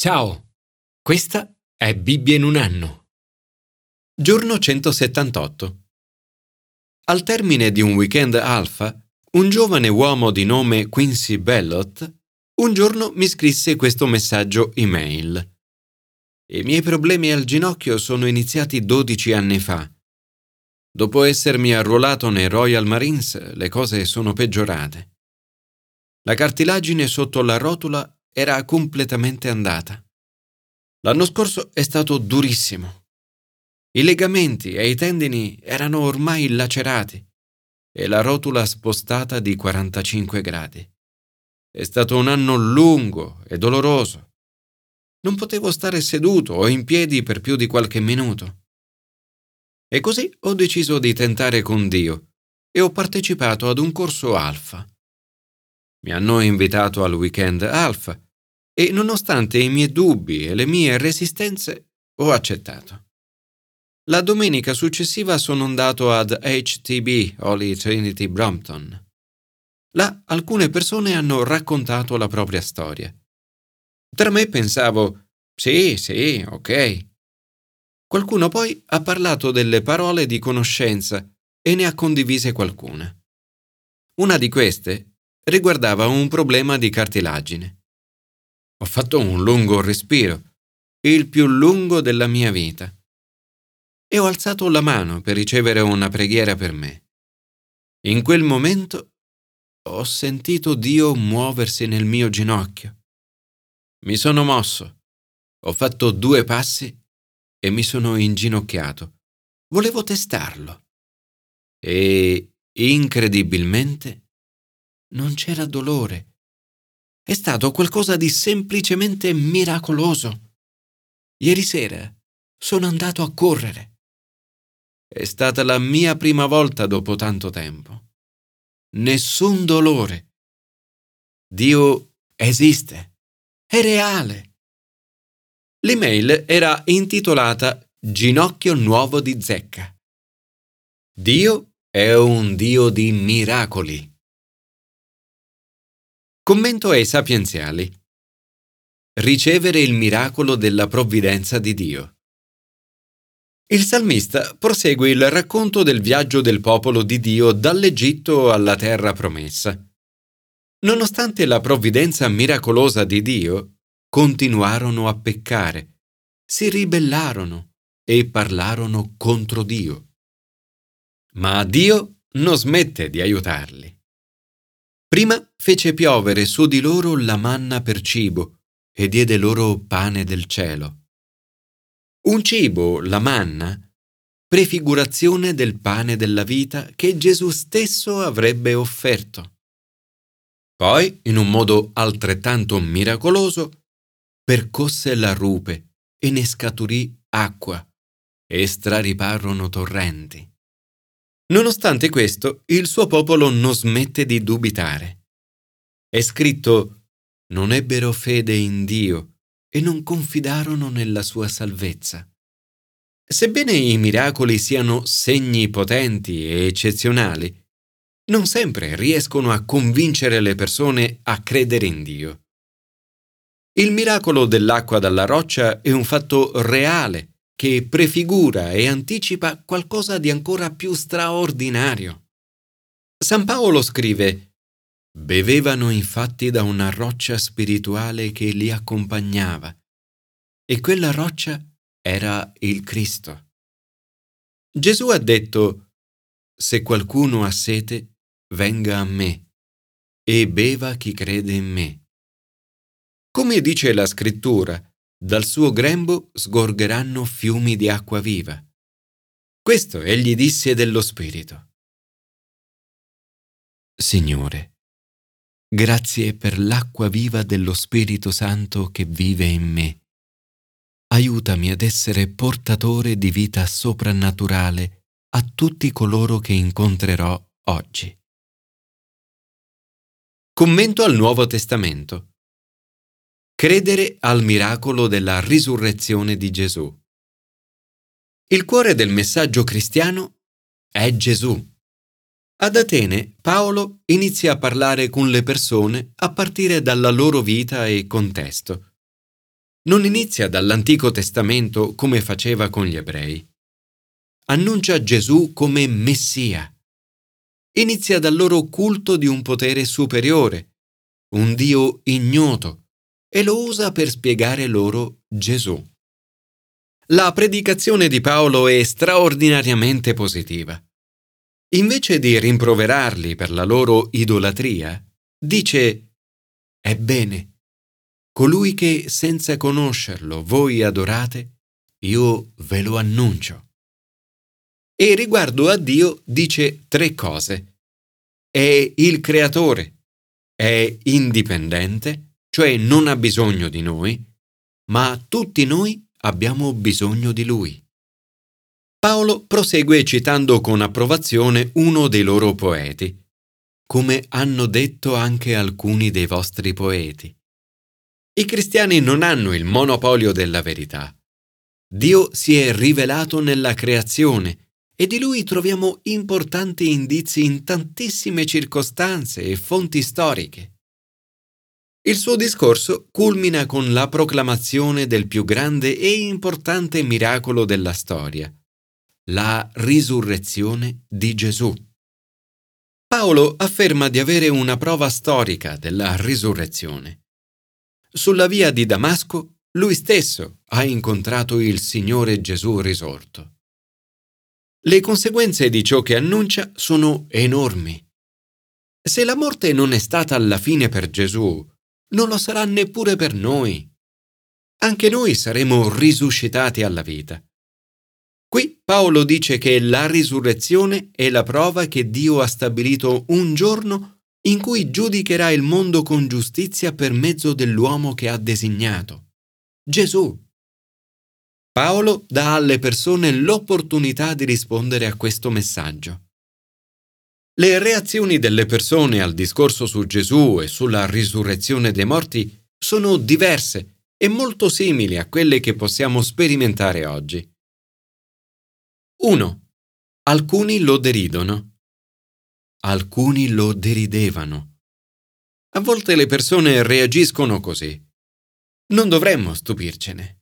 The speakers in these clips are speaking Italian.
Ciao, questa è Bibbia in un anno. Giorno 178. Al termine di un weekend alfa, un giovane uomo di nome Quincy Bellot un giorno mi scrisse questo messaggio email. I miei problemi al ginocchio sono iniziati 12 anni fa. Dopo essermi arruolato nei Royal Marines, le cose sono peggiorate. La cartilagine sotto la rotula era completamente andata. L'anno scorso è stato durissimo. I legamenti e i tendini erano ormai lacerati e la rotula spostata di 45 gradi. È stato un anno lungo e doloroso. Non potevo stare seduto o in piedi per più di qualche minuto. E così ho deciso di tentare con Dio e ho partecipato ad un corso alfa. Mi hanno invitato al weekend alfa e, nonostante i miei dubbi e le mie resistenze, ho accettato. La domenica successiva sono andato ad HTB, Holy Trinity Brompton. Là alcune persone hanno raccontato la propria storia. Tra me pensavo, sì, ok. Qualcuno poi ha parlato delle parole di conoscenza e ne ha condivise qualcuna. Una di queste riguardava un problema di cartilagine. Ho fatto un lungo respiro, il più lungo della mia vita, e ho alzato la mano per ricevere una preghiera per me. In quel momento ho sentito Dio muoversi nel mio ginocchio. Mi sono mosso, ho fatto 2 passi e mi sono inginocchiato. Volevo testarlo. E, incredibilmente, non c'era dolore. È stato qualcosa di semplicemente miracoloso. Ieri sera sono andato a correre. È stata la mia prima volta dopo tanto tempo. Nessun dolore. Dio esiste. È reale. L'email era intitolata Ginocchio nuovo di zecca. Dio è un Dio di miracoli. Commento ai sapienziali. Ricevere il miracolo della provvidenza di Dio. Il salmista prosegue il racconto del viaggio del popolo di Dio dall'Egitto alla terra promessa. Nonostante la provvidenza miracolosa di Dio, continuarono a peccare, si ribellarono e parlarono contro Dio. Ma Dio non smette di aiutarli. Prima fece piovere su di loro la manna per cibo e diede loro pane del cielo. Un cibo, la manna, prefigurazione del pane della vita che Gesù stesso avrebbe offerto. Poi, in un modo altrettanto miracoloso, percosse la rupe e ne scaturì acqua e strariparono torrenti. Nonostante questo, il suo popolo non smette di dubitare. È scritto: non ebbero fede in Dio e non confidarono nella sua salvezza. Sebbene i miracoli siano segni potenti e eccezionali, non sempre riescono a convincere le persone a credere in Dio. Il miracolo dell'acqua dalla roccia è un fatto reale che prefigura e anticipa qualcosa di ancora più straordinario. San Paolo scrive: bevevano infatti da una roccia spirituale che li accompagnava, e quella roccia era il Cristo. Gesù ha detto: se qualcuno ha sete, venga a me, e beva chi crede in me. Come dice la Scrittura, dal suo grembo sgorgeranno fiumi di acqua viva. Questo egli disse dello Spirito. Signore, grazie per l'acqua viva dello Spirito Santo che vive in me. Aiutami ad essere portatore di vita soprannaturale a tutti coloro che incontrerò oggi. Commento al Nuovo Testamento. Credere al miracolo della risurrezione di Gesù. Il cuore del messaggio cristiano è Gesù. Ad Atene, Paolo inizia a parlare con le persone a partire dalla loro vita e contesto. Non inizia dall'Antico Testamento come faceva con gli ebrei. Annuncia Gesù come Messia. Inizia dal loro culto di un potere superiore, un Dio ignoto, e lo usa per spiegare loro Gesù. La predicazione di Paolo è straordinariamente positiva. Invece di rimproverarli per la loro idolatria, dice: «Ebbene, colui che senza conoscerlo voi adorate, io ve lo annuncio». E riguardo a Dio dice 3 cose. È il creatore, è indipendente, cioè non ha bisogno di noi, ma tutti noi abbiamo bisogno di lui. Paolo prosegue citando con approvazione uno dei loro poeti, come hanno detto anche alcuni dei vostri poeti. I cristiani non hanno il monopolio della verità. Dio si è rivelato nella creazione e di lui troviamo importanti indizi in tantissime circostanze e fonti storiche. Il suo discorso culmina con la proclamazione del più grande e importante miracolo della storia, la risurrezione di Gesù. Paolo afferma di avere una prova storica della risurrezione. Sulla via di Damasco, lui stesso ha incontrato il Signore Gesù risorto. Le conseguenze di ciò che annuncia sono enormi. Se la morte non è stata alla fine per Gesù, non lo sarà neppure per noi. Anche noi saremo risuscitati alla vita. Qui Paolo dice che la risurrezione è la prova che Dio ha stabilito un giorno in cui giudicherà il mondo con giustizia per mezzo dell'uomo che ha designato, Gesù. Paolo dà alle persone l'opportunità di rispondere a questo messaggio. Le reazioni delle persone al discorso su Gesù e sulla risurrezione dei morti sono diverse e molto simili a quelle che possiamo sperimentare oggi. 1. Alcuni lo deridono. Alcuni lo deridevano. A volte le persone reagiscono così. Non dovremmo stupircene.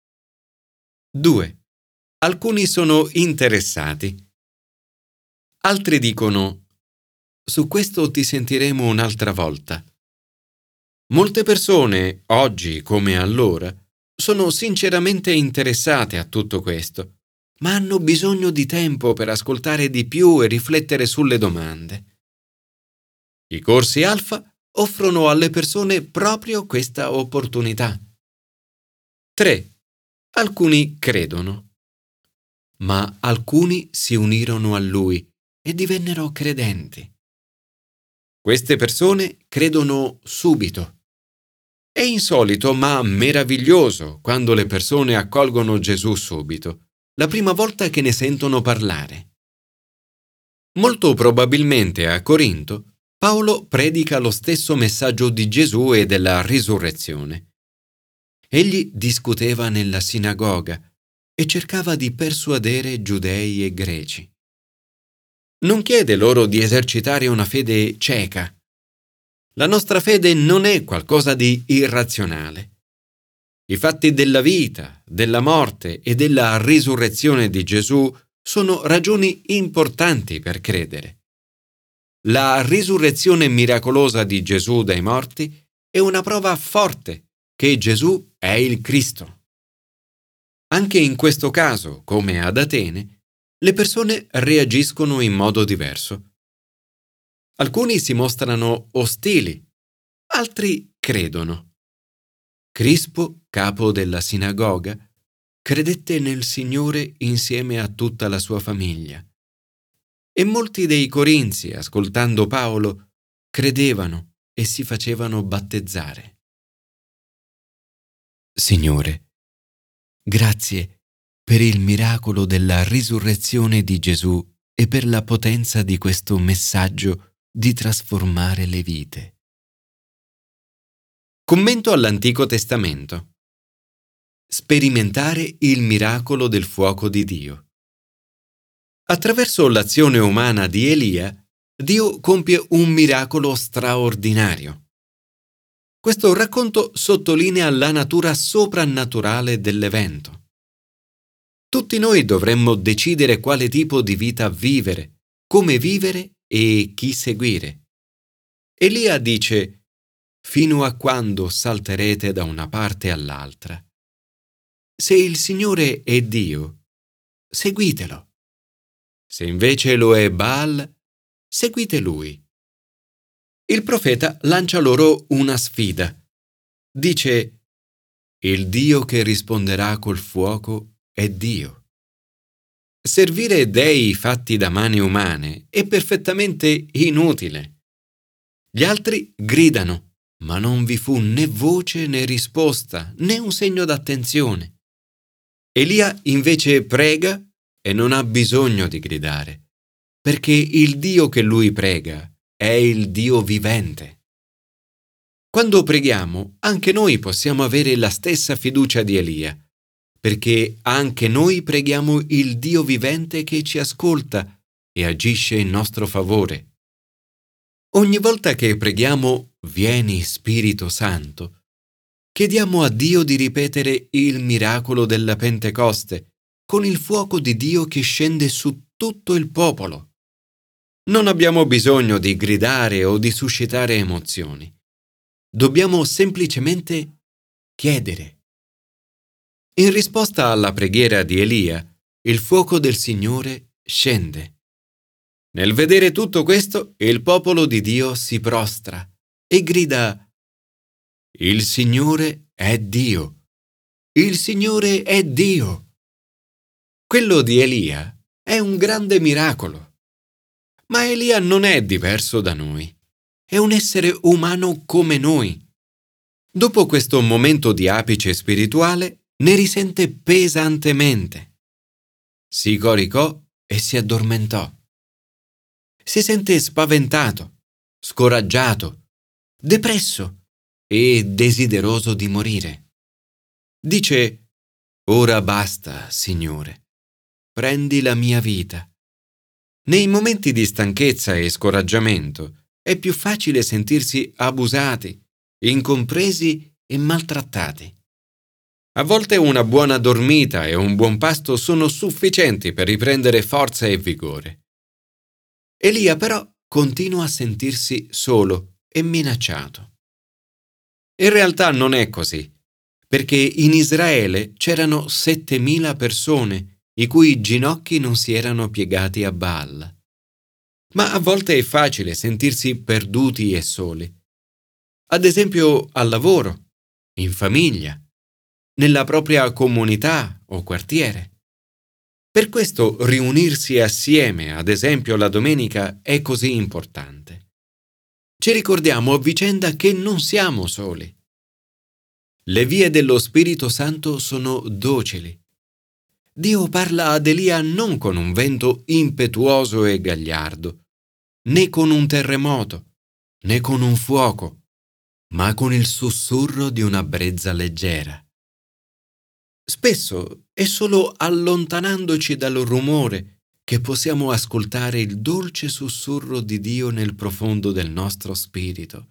2. Alcuni sono interessati. Altri dicono: «Su questo ti sentiremo un'altra volta». Molte persone, oggi come allora, sono sinceramente interessate a tutto questo, ma hanno bisogno di tempo per ascoltare di più e riflettere sulle domande. I corsi Alpha offrono alle persone proprio questa opportunità. 3. Alcuni credono, ma alcuni si unirono a lui e divennero credenti. Queste persone credono subito. È insolito ma meraviglioso quando le persone accolgono Gesù subito, la prima volta che ne sentono parlare. Molto probabilmente a Corinto, Paolo predica lo stesso messaggio di Gesù e della risurrezione. Egli discuteva nella sinagoga e cercava di persuadere giudei e greci. Non chiede loro di esercitare una fede cieca. La nostra fede non è qualcosa di irrazionale. I fatti della vita, della morte e della risurrezione di Gesù sono ragioni importanti per credere. La risurrezione miracolosa di Gesù dai morti è una prova forte che Gesù è il Cristo. Anche in questo caso, come ad Atene, le persone reagiscono in modo diverso. Alcuni si mostrano ostili, altri credono. Crispo, capo della sinagoga, credette nel Signore insieme a tutta la sua famiglia. E molti dei corinzi, ascoltando Paolo, credevano e si facevano battezzare. Signore, grazie per il miracolo della risurrezione di Gesù e per la potenza di questo messaggio di trasformare le vite. Commento all'Antico Testamento. Sperimentare il miracolo del fuoco di Dio. Attraverso l'azione umana di Elia, Dio compie un miracolo straordinario. Questo racconto sottolinea la natura soprannaturale dell'evento. Tutti noi dovremmo decidere quale tipo di vita vivere, come vivere e chi seguire. Elia dice: «Fino a quando salterete da una parte all'altra? Se il Signore è Dio, seguitelo. Se invece lo è Baal, seguite lui». Il profeta lancia loro una sfida. Dice: «Il Dio che risponderà col fuoco è Dio». Servire dei fatti da mani umane è perfettamente inutile. Gli altri gridano, ma non vi fu né voce né risposta, né un segno d'attenzione. Elia invece prega e non ha bisogno di gridare, perché il Dio che lui prega è il Dio vivente. Quando preghiamo, anche noi possiamo avere la stessa fiducia di Elia, perché anche noi preghiamo il Dio vivente che ci ascolta e agisce in nostro favore. Ogni volta che preghiamo «Vieni Spirito Santo», chiediamo a Dio di ripetere il miracolo della Pentecoste con il fuoco di Dio che scende su tutto il popolo. Non abbiamo bisogno di gridare o di suscitare emozioni. Dobbiamo semplicemente chiedere. In risposta alla preghiera di Elia, il fuoco del Signore scende. Nel vedere tutto questo, il popolo di Dio si prostra e grida: «Il Signore è Dio! Il Signore è Dio!» Quello di Elia è un grande miracolo. Ma Elia non è diverso da noi. È un essere umano come noi. Dopo questo momento di apice spirituale, ne risente pesantemente. Si coricò e si addormentò. Si sente spaventato, scoraggiato, depresso e desideroso di morire. Dice: «Ora basta, Signore. Prendi la mia vita». Nei momenti di stanchezza e scoraggiamento è più facile sentirsi abusati, incompresi e maltrattati. A volte una buona dormita e un buon pasto sono sufficienti per riprendere forza e vigore. Elia però continua a sentirsi solo e minacciato. In realtà non è così, perché in Israele c'erano 7.000 persone i cui ginocchi non si erano piegati a Baal. Ma a volte è facile sentirsi perduti e soli. Ad esempio al lavoro, in famiglia, nella propria comunità o quartiere. Per questo riunirsi assieme, ad esempio la domenica, è così importante. Ci ricordiamo a vicenda che non siamo soli. Le vie dello Spirito Santo sono docili. Dio parla ad Elia non con un vento impetuoso e gagliardo, né con un terremoto, né con un fuoco, ma con il sussurro di una brezza leggera. Spesso è solo allontanandoci dal rumore che possiamo ascoltare il dolce sussurro di Dio nel profondo del nostro spirito.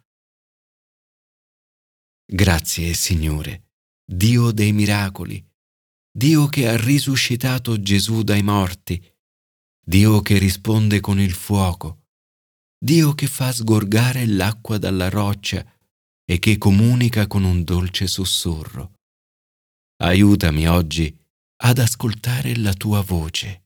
Grazie, Signore, Dio dei miracoli, Dio che ha risuscitato Gesù dai morti, Dio che risponde con il fuoco, Dio che fa sgorgare l'acqua dalla roccia e che comunica con un dolce sussurro. Aiutami oggi ad ascoltare la tua voce.